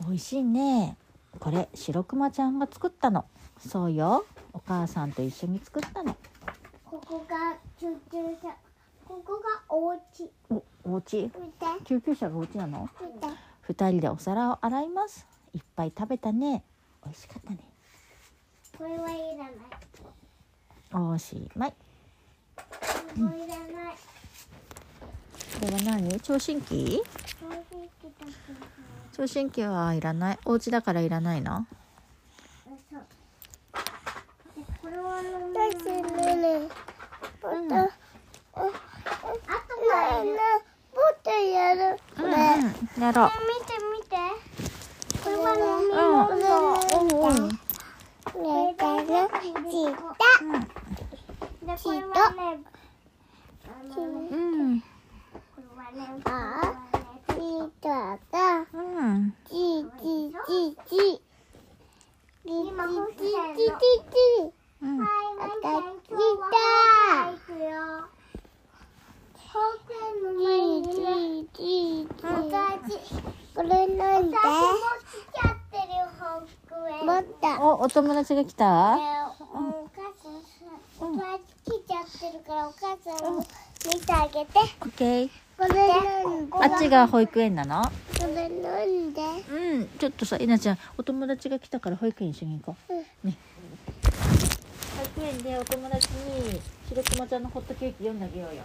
美味しいね。これ白くまちゃんが作ったの。そうよ、お母さんと一緒に作ったの。 ここが救急車、ここがお家。 お家？ 見て救急車がお家なの？ 見て。 二人でお皿を洗います。いっぱい食べたね。美味しかったね。 これはいらない。 おしまい。 これもいらない。 これは何？聴診器？聴診器はいらない。お家だからいらないの？ そう。これは飲む。 うん。 あとからね、ボトやる。これ。 やろう。 見て見て。これは飲み物。これだよ。で、これはね。 うん。 これはね。チートだ。今干してるの。はい、まんちゃん今日は行くよ。保育園の前にね、これなんで？私も来ちゃってるよ、保育園。持った。 お友達が来た？ お母さんさ、お友達来ちゃってるからお母さんも見てあげて。 オッケー。 これなんで？ あっちが保育園なの？ これなんで？ うん、ちょっとさ、いなちゃん、お友達が来たから保育園一緒に行こう。ね。保育園でお友達に白くまちゃんのホットケーキ読んであげようよ。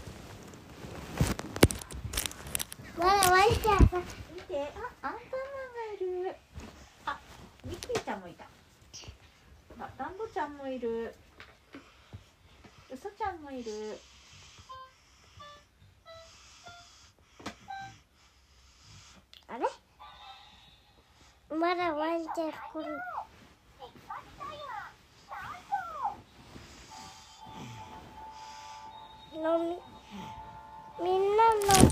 まだワンちゃんさ、 見て、アンパンマンがいる。あ、ミッキーちゃんもいた。ランボちゃんもいる。ウサちゃんもいる。 あれ？まだワンちゃん来る。みんなの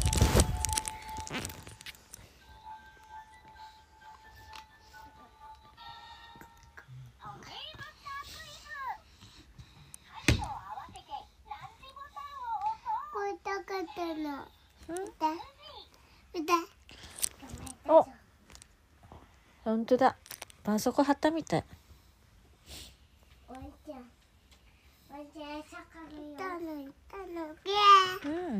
これたかったの。見て。 お、ほんとだ。絆創膏貼ったみたい。 ワンちゃん餌かるよ。 うん。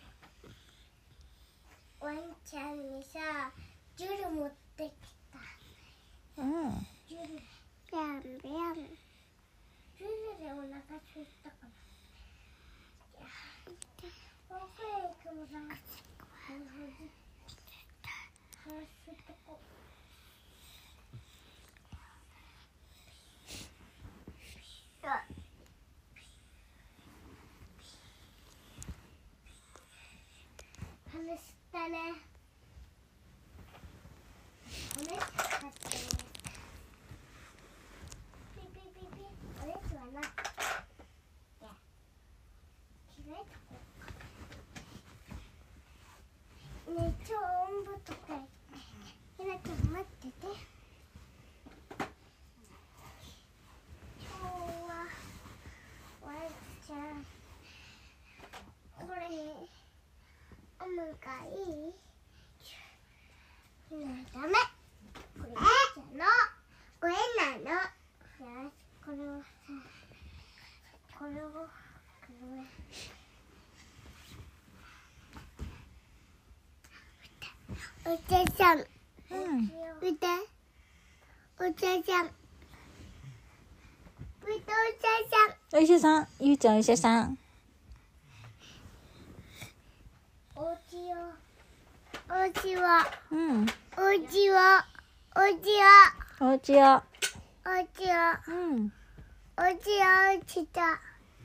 ワンちゃんにさ、ジュル持ってきた。 うん。 ジュル。ジュルでお腹空いたかな。保育園行くのさ、話したね。おねしかったね。ピピピピ。おねしはな。着替えとこうか。ねえ、超音部とか言って。ひなちゃん待ってて。今日はワンちゃん。これおむかいい？ダメ。これじゃの。これなの。よし、これをさ、これをお茶さん。見て。お茶さん。見てお茶さん。 お医者さん、ゆうちゃんお医者さん。 お家は。 うん。 お家は。 お家よ。 お家は。 うん。 お家は落ちた。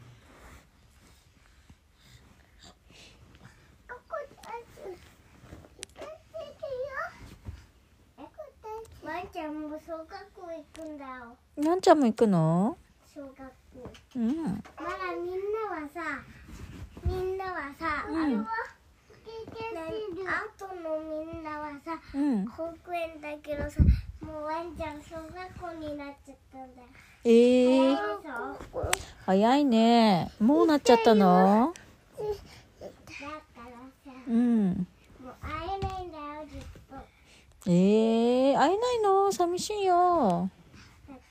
ワンちゃんも小学校行くんだよ。 なんちゃんも行くの？ 小学校。 うん。 まだみんなはさ、 うん、 あれはあとのみんなはさ、 うん、 保育園だけどさ、もうワンちゃん小学校になっちゃったんだよ。 早いね。もうなっちゃったの？ だからさ、 うん。 もう会えないんだよ、ずっと。 会えないの？寂しいよ。 だって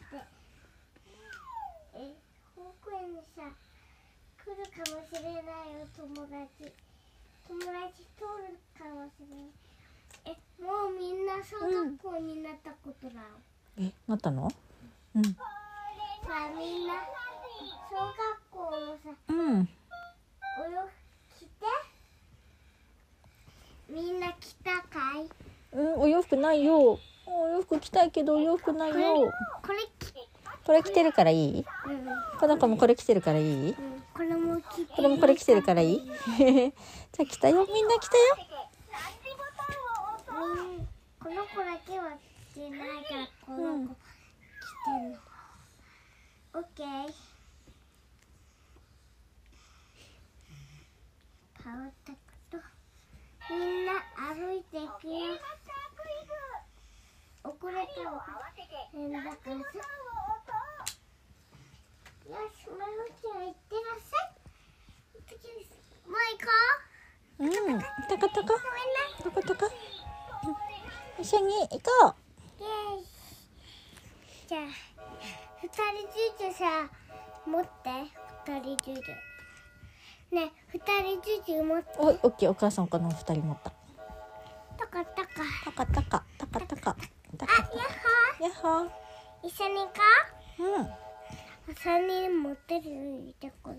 保育園にさ来るかもしれないよ、友達通るかもしれない。もうみんな小学校になったことだよ。 なったの？うん。 さあみんな小学校のさうん。 お洋服着て、みんな着たかい？ お洋服ないよ。お洋服着たいけどお洋服ないよ。これ着てるからいい？この子もこれ着てるからいい？ これも着て、 これもこれ着てるからいい？じゃあ着たよ。みんな着たよ。 この子だけは着てないからこの子着てるの。オッケー。顔たくとみんな歩いていくよ。遅れたら変だからさ。よし、まゆちゃん行ってらっしゃい。もう行こう。 たかたか。 ごめんね。 たかたか。一緒に行こイエーイ。じゃあ二人ずつさ持って、二人ずつね、二人ずつ持って。 う。おい、オッケー。お母さんこの2人持った。 タカタカ。 たかたか。たかたか。 あ、やっほやっほー。 ー。一緒に行こう。三人持ってるよ、いたこの。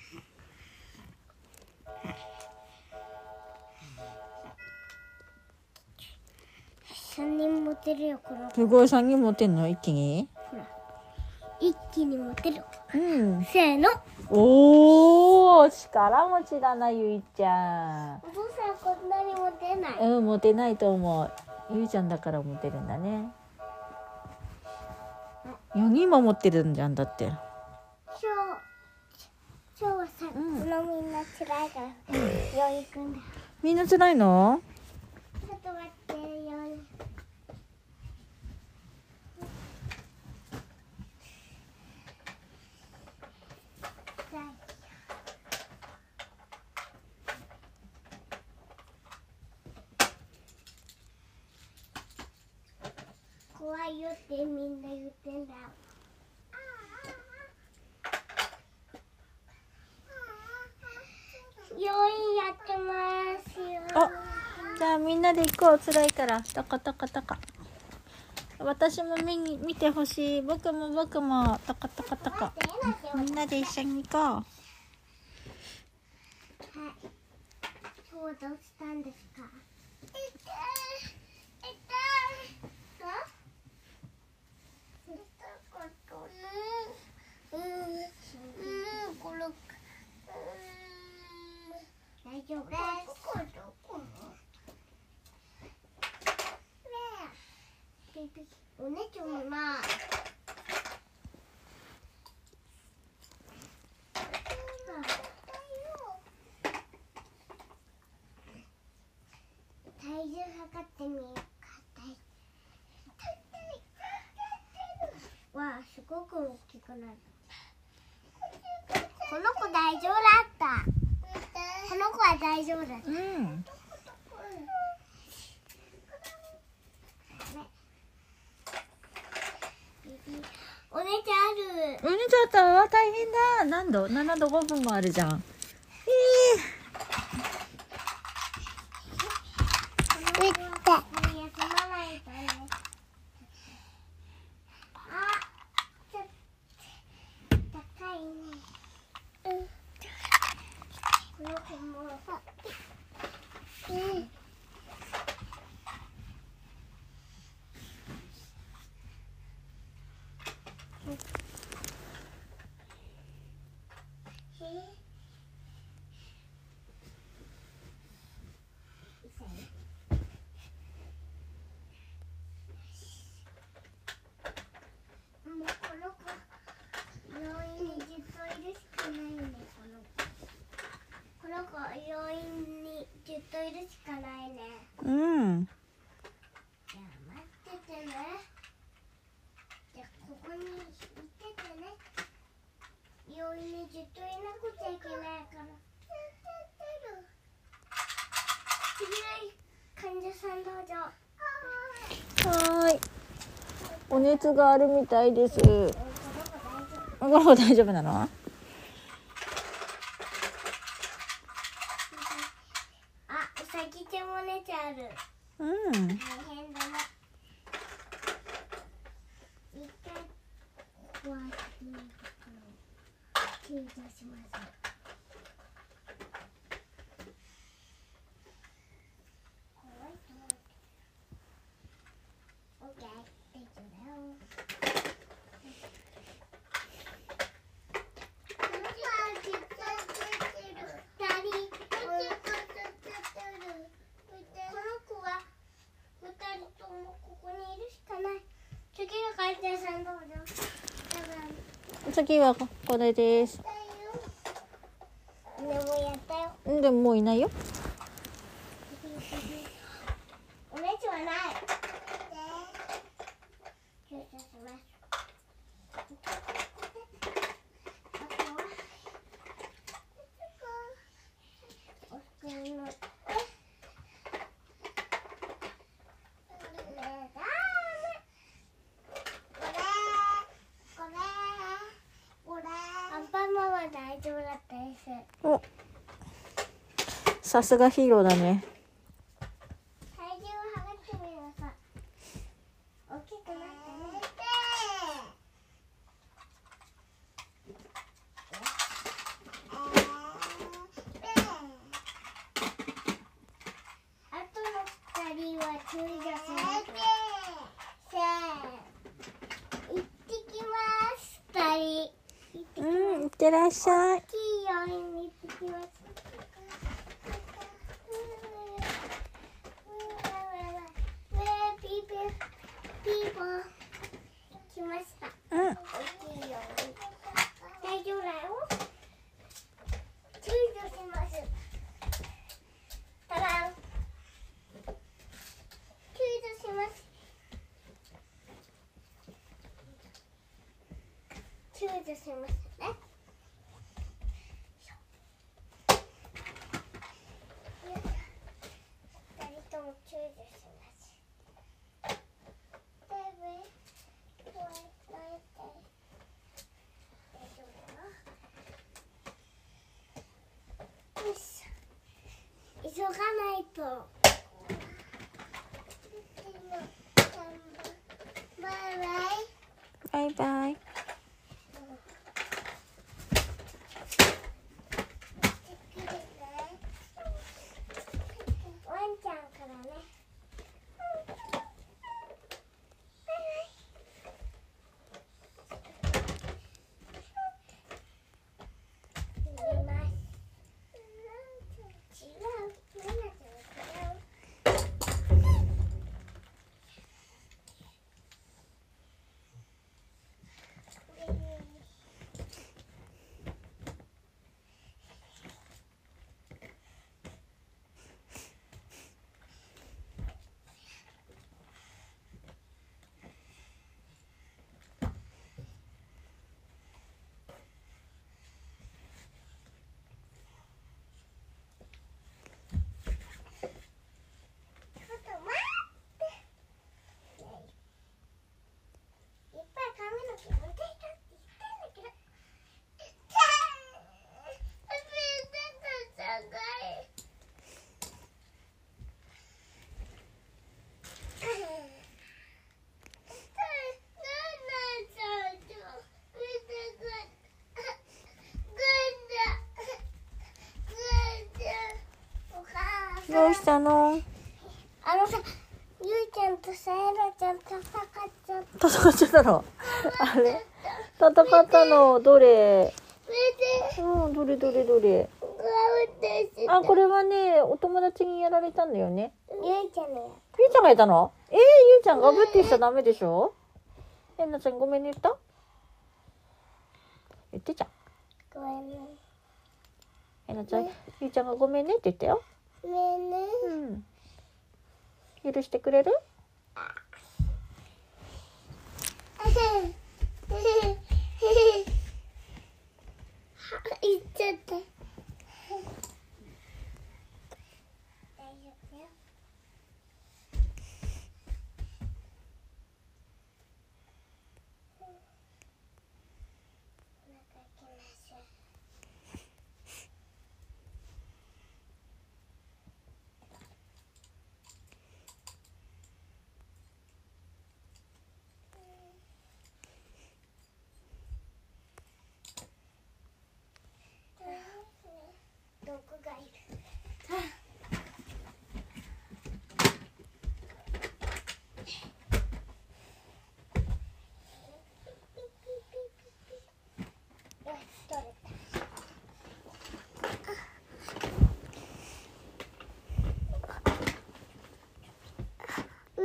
三人持てるよ、この子。 すごい、3人持ってんの？一気に？ ほら、一気に持てる。 うん。 せーの。 おー、力持ちだな、ゆいちゃん。 お父さんこんなに持てない。 持てないと思う。ゆいちゃんだから持てるんだね。4人も持ってるんじゃん、だって。 今日はさ、このみんな辛いから病院行くんだよ。 みんな辛いの？ ちょっと待って、病院。怖いよってみんな言ってんだよ。病院やってますよ。 じゃあみんなで行こう。辛いから。タカタカタカ。私も見てほしい。僕もタカタカタカ。みんなで一緒に行こう。 はい。今日はどうしたんですか？痛い。大丈夫です。お姉ちゃんもな。体重測ってみようか。わあ、すごく大きくなる。この子大丈夫だった。この子は大丈夫だった。お姉ちゃんある。 お姉ちゃんあったわ。大変だ。何度？7度5分もあるじゃん。 はーい。お熱があるみたいです。これも大丈夫なの？ あ、うさぎちゃんも熱ある。 うん。 大変だね。一回こうやって救助します。オッケー、大丈夫だよ。 次はこれです。 でもやったよ。 でももういないよ。 お熱はない。注射します。アンパンマンは大丈夫だったです。 お、さすがヒーローだね。 体重を測ってみなさい。大きくなったね。あとの2人は注意がします。せー、行ってきます。2人。 うん、いってらっしゃい。 大きい病院に行ってきます。ピーポー来ました。 うん。 大きい病院。大丈夫だよ。注意します。ただん。注意します。注意しますね。2人とも注意します。よし、急がないと。バイバイ。 バイバイ。 ワンちゃんからね。 どうしたの？ あのさ、ゆいちゃんとさ、えらちゃん戦っちゃった。 戦っちゃったの？あれ？戦ったの？どれ？うん、どれどれどれ？あ、これはね、お友達にやられたんだよね。 ゆいちゃんのや。 ゆいちゃんがやったの？ゆいちゃんガブってしちゃダメでしょ？えなちゃんごめんね言った？言ってちゃん。 ごめんね。 えなちゃん、ゆいちゃんがごめんねって言ったよ。 ごめんね。 うん。許してくれる？ 言っちゃった。大丈夫だよ。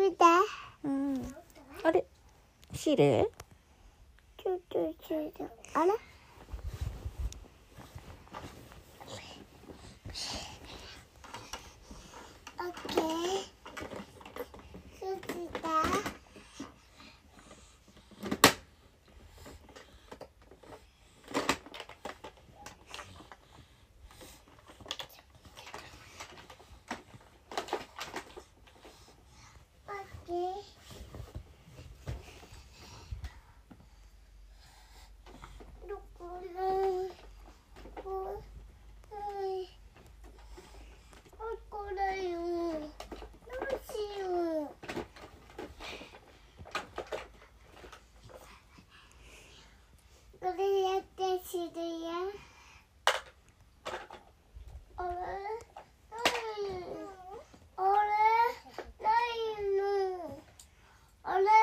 見て。 うん。あれシール？ あれ？オッケー。閉じた。オッケー。どこだ？ここだよ。どうしよう。これやって知るよ。あれ？あれ？ないの。あれ？ない。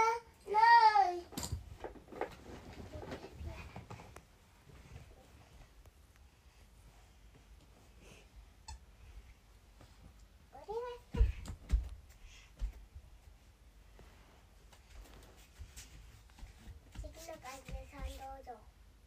次の感じでさんどうぞ。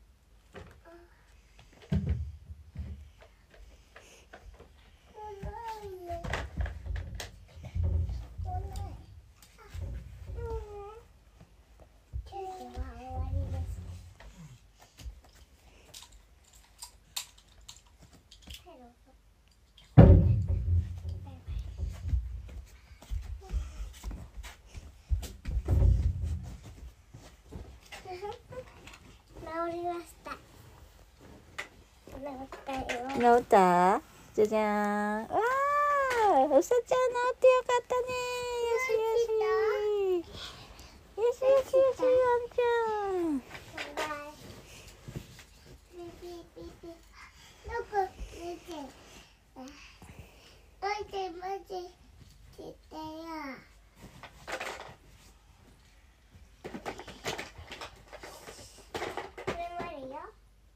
治りました。治ったよ。 治った？じゃじゃーん。わー、うさちゃん治ってよかったね。よしよし。よしよしよし、ワンちゃん。 どこ見て。おいでマジ来てよ。これもあるよ。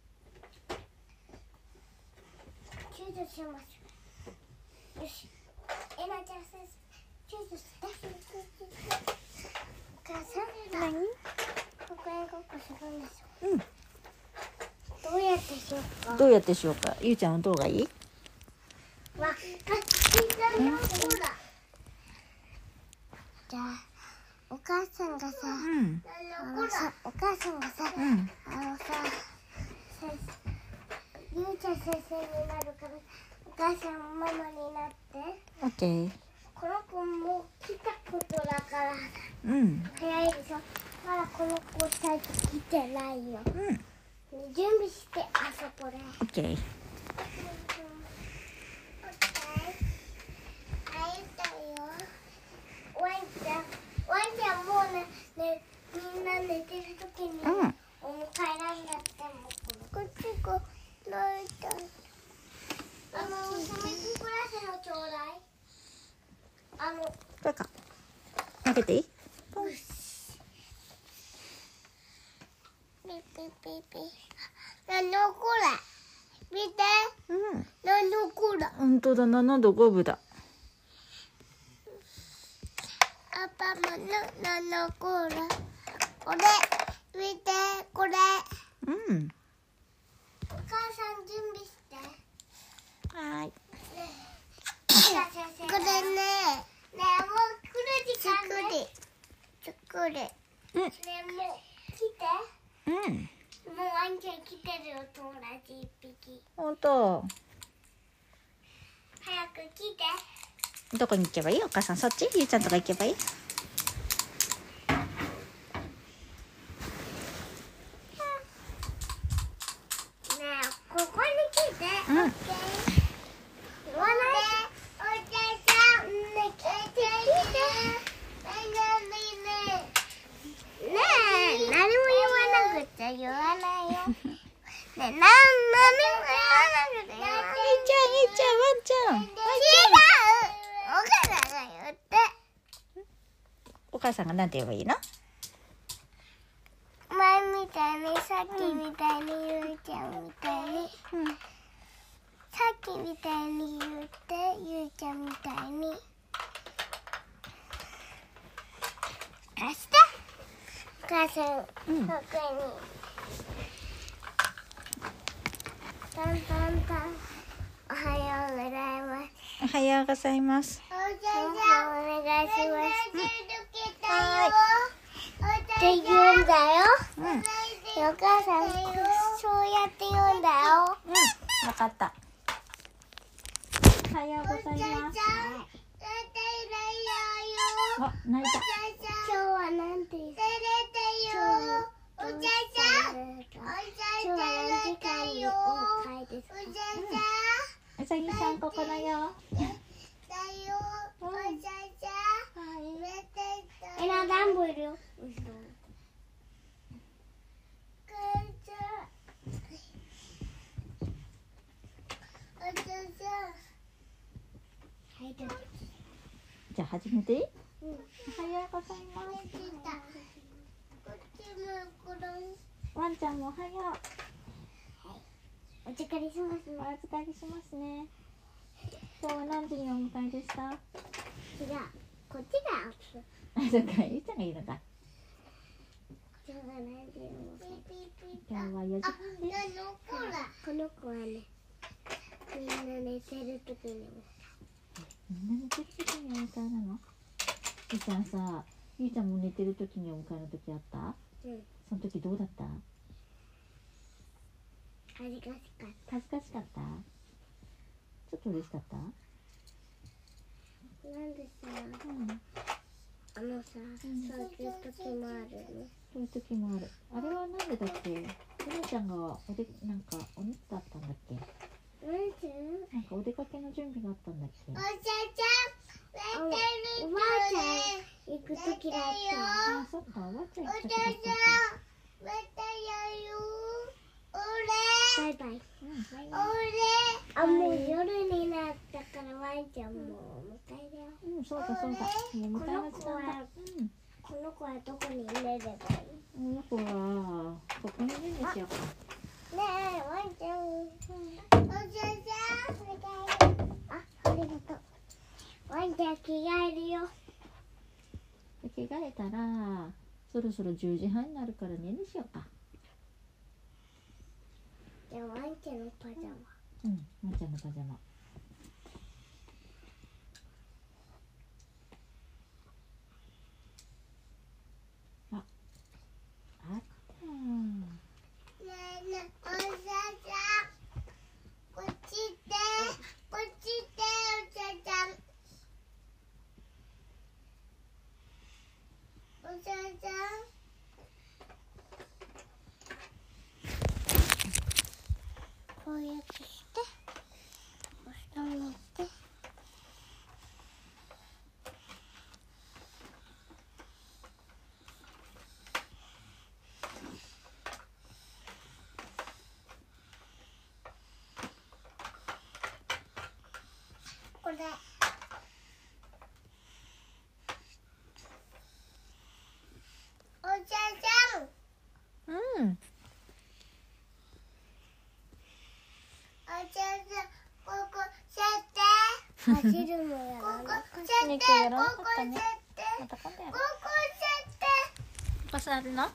チューズしましょう。よし。エナちゃん先生、チューズして。お母さん、 何？ ここへごっこするんでしょ。 うん。 どうやってしようか。 どうやってしようか。ゆうちゃんはどうがいい？ わ、膝のほら。じゃあ、お母さんがさ、 うんお母さんがさ、 うん。 ゆうちゃん先生になるから、お母さんママになって。 オッケー。 この子も来たことだからうん。 早いでしょ。まだこの子最近来てないよ。 うん。 準備してあそこで。 オッケー。 ワンちゃんもうね、みんな寝てる時に、 うん。 お迎えなんだってもこっちこないと。サメキクラスのちょうだい。 これか。開けていい？ポン。 ピピピピ。なんのこれ。見て。 うん。 なんのこれ。 本当だ、7度5分だ。 パパもなんのこれ。これ。見て。これ。 うん。 お母さん準備して。 はーい。 これね。ねえ、もう来る時間ね。作る。ねえ、もう来て。 うん。 もうワンちゃん来てるよ、友達一匹。 ほんと。 早く来て。 どこに行けばいい？お母さんそっち？ゆうちゃんとか行けばいい？ ねえ、ここに来て。 うん。 オッケー。言わないで。お茶ちゃん。ね、来て。ねえ、何も言わなくちゃ言わないよ。ねえ、何も言わなくちゃ言わない。 ゆうちゃん、ワンちゃん。 違う。お母さんが言って。 お母さんがなんて言えばいいの？ 前みたいに、さっきみたいに、ゆうちゃんみたいに。 うん。 さっきみたいに言って、ゆうちゃんみたいに。 母さん、 うん。 ここにタンタンタン。おはようございます。 おはようございます。 お願いします。 はって言うんだよ。 ーい。うん。 お母さん、そうやって言うんだよ。 うん。わかった。おはようございます。あ、泣いた。 今日はなんて言う？今日は何時間に1回ですか？ うさぎさんここだよ。 ダンボいるよ。 じゃあ始めていい？ うん。 おはようございます。ワンちゃんもおはよう。 お疲れします。 お預かりしますね。今日は何時にお迎えでした？ 違う。こっちだ。 あ、そっか、ゆうちゃんがいいのか。 今日は何時に今日は4時半です。 この子はね、みんな寝てる時にみんな寝てる時にお迎えなの？ゆうちゃんさ、ゆうちゃんも寝てる時にお迎えの時あった？ うん。 その時どうだった？ 恥ずかしかった。 恥ずかしかった？ちょっと嬉しかった？ なんでさ、 うん。 そういう時もあるね。 そういう時もある。あれはなんでだっけ？ゆめちゃんがなんかお肉だったんだっけ？なんかお出かけの準備があったんだっけ？ おばあちゃん行く時だった。 あ、そっか、おばあちゃん行く時だったか。 バイバイ。 うん、バイバイ。 もう夜になったからワンちゃんも迎えだよ。 うん、そうだそうだ。もう迎えの時間だ。 この子はどこに入れればいい？ この子はここにいるんですよ。 ねえ、ワンちゃん。ありがとう。ワンちゃん着替えるよ。 着替えたらそろそろ10時半になるから寝にしようか。 じゃあワンちゃんのパジャマ。 うん、ワンちゃんのパジャマ。あ、あった。 ねえねえ、おじゃじゃ。こっちで、こっちで、おじゃじゃ。おじゃじゃ。こうやってして、下にして。これ。おじゃじゃん。 うん。 おじゃじゃん、ここ設定。走るのやらなかった。 肉やらなかったね。 ここ設定。 また今度やこる。 こ設定。 ここ座るの？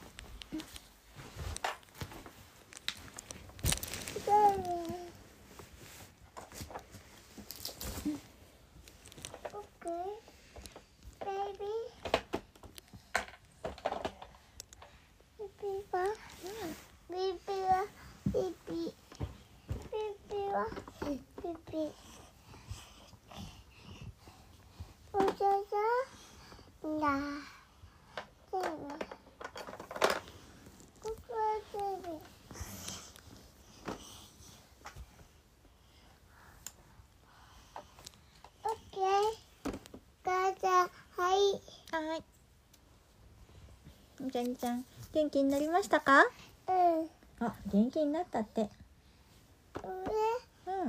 はい。じゃんじゃん。元気になりましたか？あ、元気になったって。うん。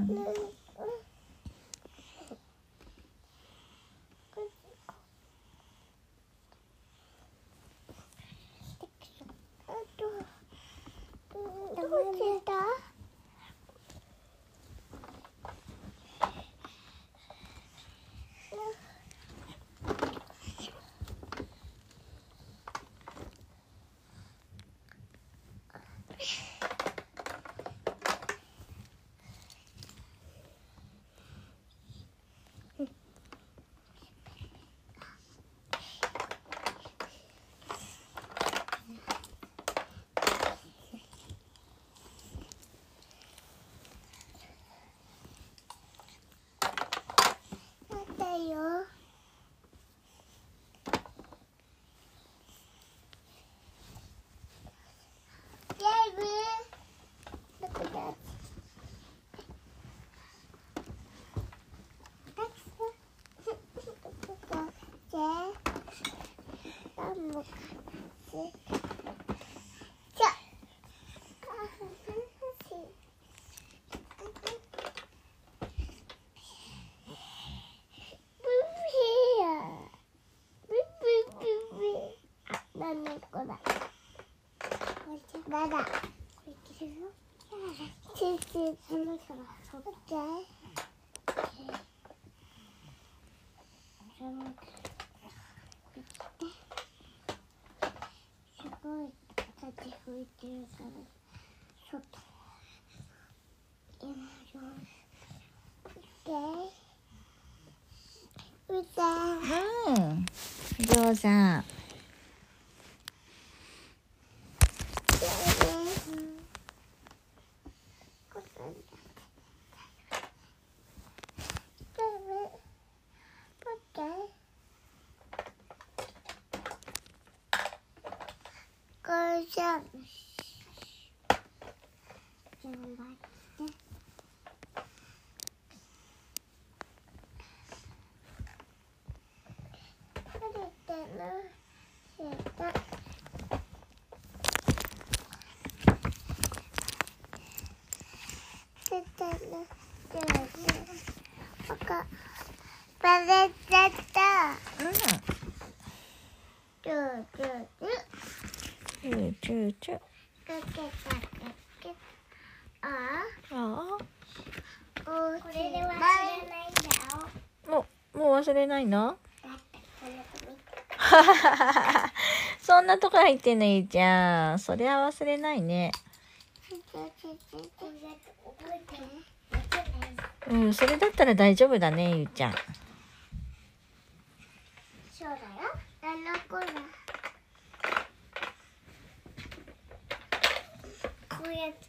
どうしてた？ すごい風吹いてるから外今上手。 バレちゃった。チューチューチュー。 チューチューチュー。 これで忘れないんだよ。 もう忘れないの？そんなとこ入ってんの、ゆうちゃん。そりゃ忘れないね。それだったら大丈夫だね、ゆうちゃん。 そうだよ。こうやって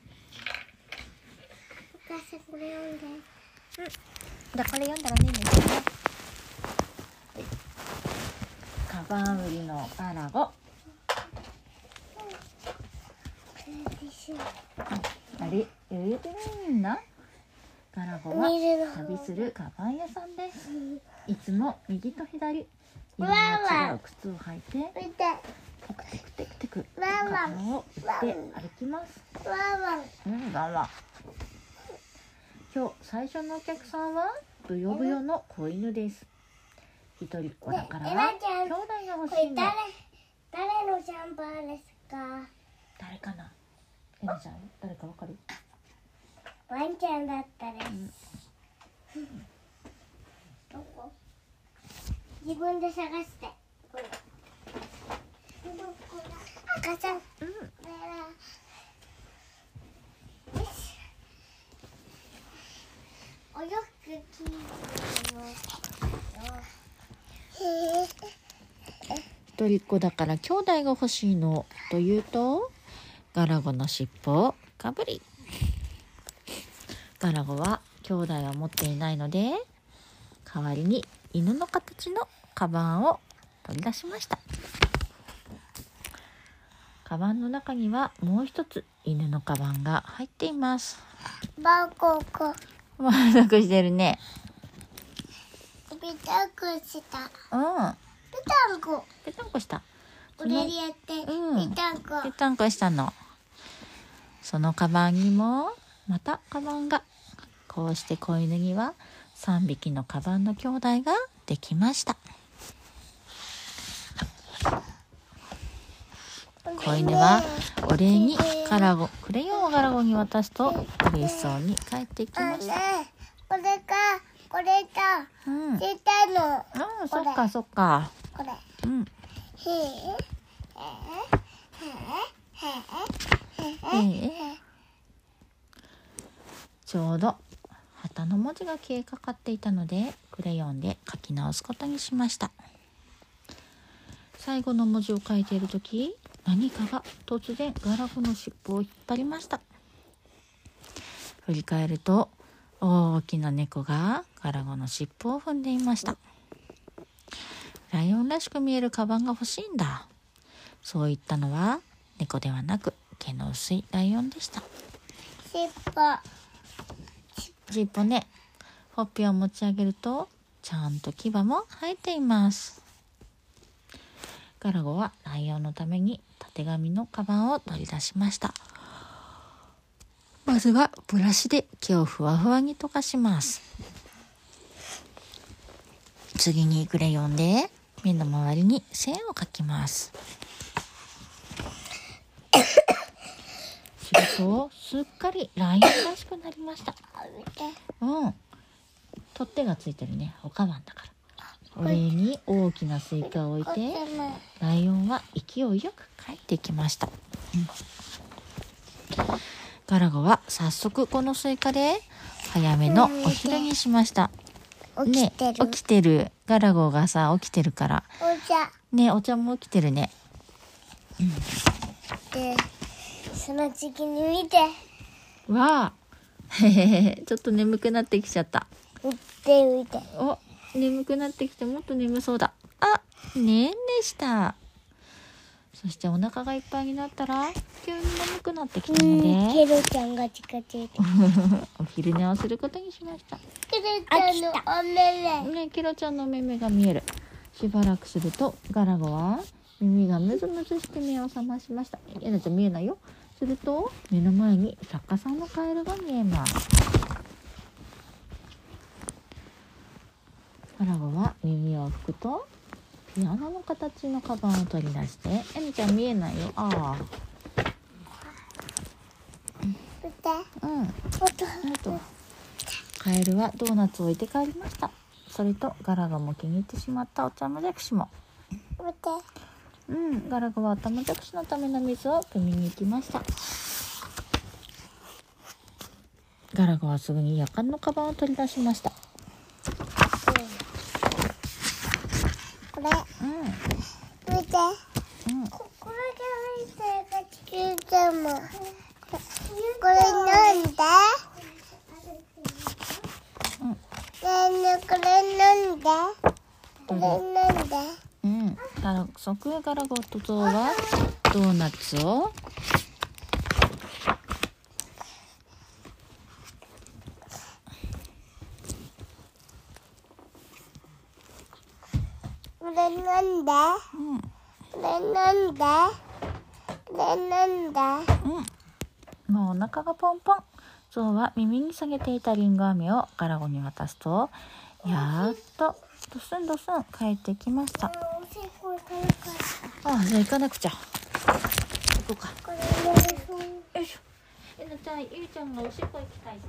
お母さんこれ読んで。 じゃあこれ読んだらねいいんですよね。カバン売りのガラゴ。あれ言えてないんだ。ガラゴは旅するカバン屋さんです。いつも右と左色の違う靴を履いてテクテクテクテクカバンを売って歩きます。今日最初のお客さんはブヨブヨの子犬です。一人っ子だから兄弟が欲しいの。 誰のジャンパーですか？ 誰かな？エナちゃん誰かわかる？ ワンちゃんだったです。どこ？自分で探して。赤ちゃん。お洋服着るよ。 一人っ子だから兄弟が欲しいのというと、ガラゴの尻尾をかぶり。ガラゴは兄弟は持っていないので、代わりに犬の形のカバンを取り出しました。カバンの中にはもう一つ犬のカバンが入っています。 バココ。 満足してるね。 ペタンコした。 ペタンコした。 これでやって、 ペタンコしたの。そのカバンにもまたカバンが。こうして子犬には3匹のカバンの兄弟ができました。子犬はお礼にクレヨンをガラゴに渡すと嬉しそうに帰っていきました。 これだ。出たの。 そっかそっか。 これ。 ちょうど旗の文字が消えかかっていたので、クレヨンで書き直すことにしました。最後の文字を書いているとき、何かが突然ガラゴの尻尾を引っ張りました。振り返ると、大きな猫がガラゴの尻尾を踏んでいました。ライオンらしく見えるカバンが欲しいんだ。そう言ったのは猫ではなく毛の薄いライオンでした。尻尾ね。ほっぺを持ち上げるとちゃんと牙も生えています。 ガラゴはライオンのためにたてがみのカバンを取り出しました。まずはブラシで毛をふわふわに溶かします。次にクレヨンで目の周りに線を描きます。するとすっかりライオンらしくなりました。取っ手がついてるね。おかばんだから。お礼に大きなスイカを置いて、ライオンは勢いよく帰ってきました。ガラゴは早速このスイカで早めのお昼にしました。ね、起きてる。ガラゴがさ、起きてるから。ね、お茶も起きてるね。 で、その次に見て。 わあ。ちょっと眠くなってきちゃった。 見て。 お、眠くなってきてもっと眠そうだ。あ、ねんでした。そしてお腹がいっぱいになったら急に眠くなってきたので、 ケロちゃんが近づいてお昼寝をすることにしました。 ケロちゃんのお目目。 ね、ケロちゃんのお目目が見える。しばらくするとガラゴは耳がムズムズして目を覚ましました。やなちゃん見えないよ。すると目の前に作家さんのカエルが見えます。ガラゴは耳を拭くとピアノの形のカバンを取り出して、えみちゃん見えないよ。ああ。 見て。 カエルはドーナツを置いて帰りました。それとガラゴも気に入ってしまったお茶まじゃくしも。 見て。 ガラゴはおたまじゃくしのための水を汲みに行きました。ガラゴはすぐに夜間のカバンを取り出しました。 これ。見て。これで見て地球でも。これなんで？これなんで？これなんで？ 早速ガラゴとゾウはドーナツをこれなんで？これなんで？これなんで？ もうお腹がポンポン。ゾウは耳に下げていたリンゴ飴をガラゴに渡すと、やっとドスンドスン帰ってきました。じゃあ行かなくちゃ。行こうか。よいしょ。えなちゃん、ゆいちゃんがおしっこ行きたいって。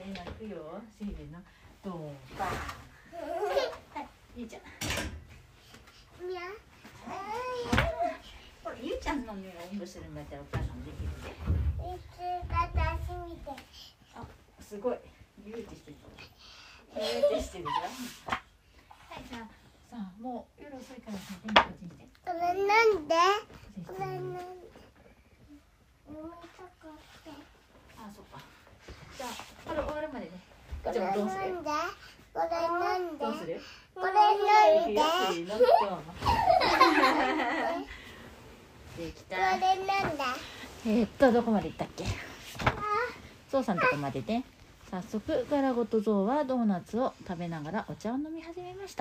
泣くよ。せーの、ドンバーン。はい、ゆうちゃん。これゆうちゃんの目をおんぶするんだったらお母さんもできるね。あ、すごい。ビューティーしてる。ビューティーしてるじゃん。はい、じゃあ、さあ、もう夜遅いからさ、電気こっちにして。 これなんで？これなんで？ あ、そっか。じゃあ、これ終わるまでね。 これじゃあ、どうする？ なんで？これなんで？ どうする？ これなんで？ せーの、できた。 これなんだ？ どこまで行ったっけ？ゾウさんのとこまでね。早速ガラゴとゾウはドーナツを食べながらお茶を飲み始めました。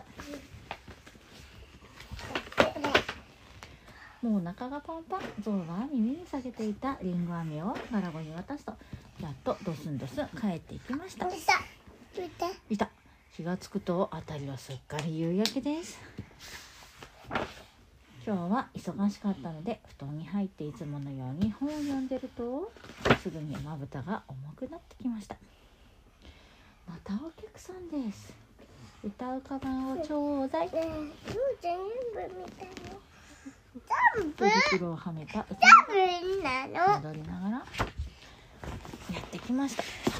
もうお腹がパンパン。ゾウは耳に下げていたリンゴ飴をガラゴに渡すと、やっとドスンドスン帰っていきました。いた。気がつくと辺りはすっかり夕焼けです。今日は忙しかったので布団に入っていつものように本を読んでると、すぐにまぶたが重くなってきました。またお客さんです。歌うカバンをちょうだい。手袋をはめた歌が戻りながらやってきました。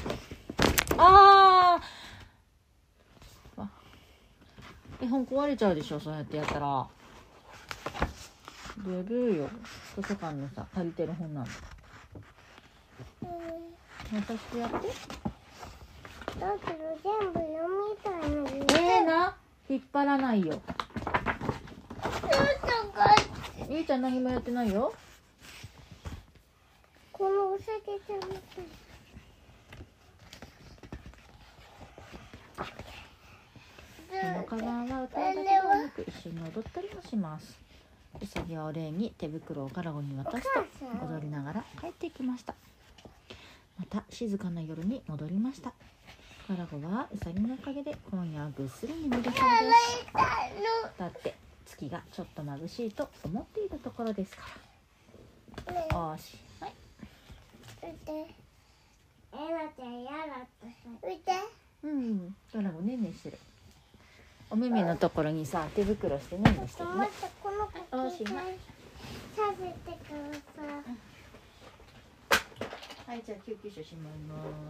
絵本壊れちゃうでしょ、そうやってやったら。出るよ。図書館のさ、借りてる本なの。私やって。 だけど全部読みたいのに。 な、引っ張らないよ。ゆうちゃん何もやってないよ。 このお酒ちゃんみたい。 このカバンは歌うだけではなく一緒に踊ったりもします。うさぎはお礼に手袋をガラゴに渡すと踊りながら帰っていきました。また静かな夜に戻りました。ガラゴはうさぎのおかげで今夜はぐっすり眠れそうです。だって月がちょっと眩しいと思っているところですから。おしまい。ガラゴねんねしてる。お目目のところにさ、手袋してねんねしてるね。おしまい。はい、じゃあ救急車しまいます。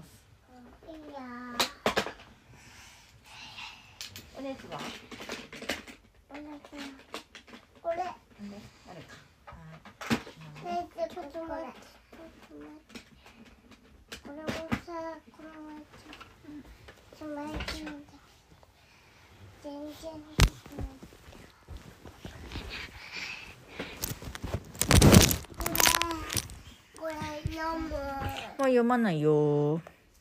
お熱は？ これ。 あれか。 ちょっと待って。これもさ、このまま全然これ読む。 もう読まないよ。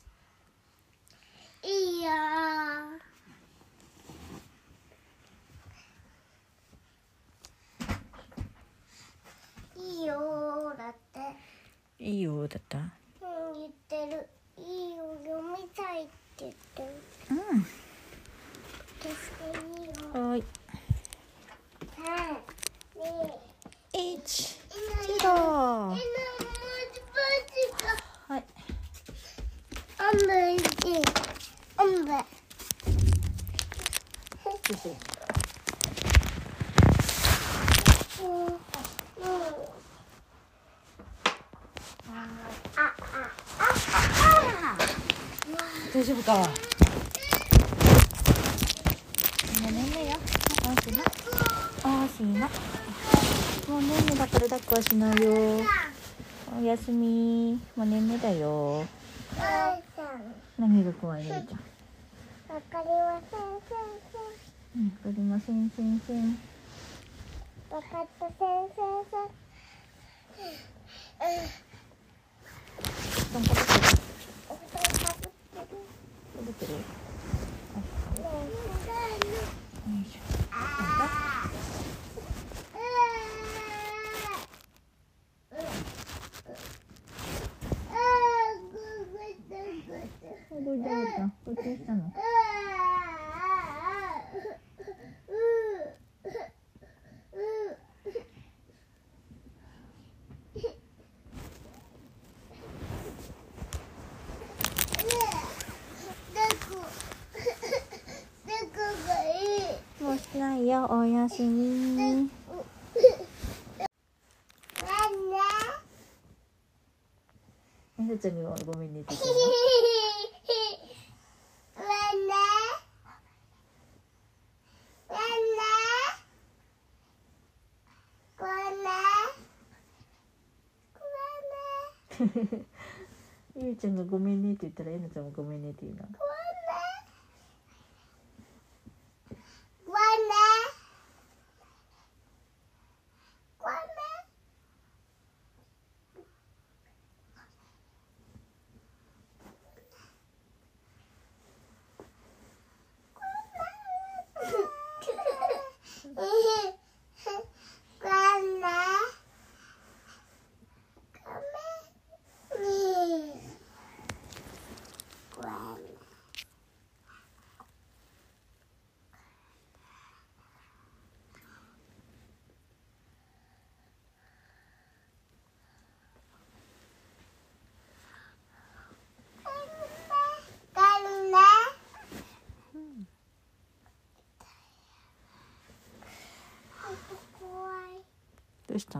いいよ。いいよだって。 いいよだった。 言ってる。いいよ、読みたいって言ってる。消していいよ。 はい。 1、 0。 はい。おんぶ。 大丈夫か。もうねんねよ。おしま。もうねんねだから抱っこはしないよ。おやすみ。もうねんねだよ。何が怖いの？ちゃん。 わかりません。 わかりません。 わかった先生。 布団かぶってる？かぶってる？よいしょ。どうしたの？ よ、おやすみ。えなちゃんがごめんねって言ってるのゆうちゃんがごめんねって言ったらえなちゃんもごめんねって言うな。どうした？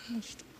でした。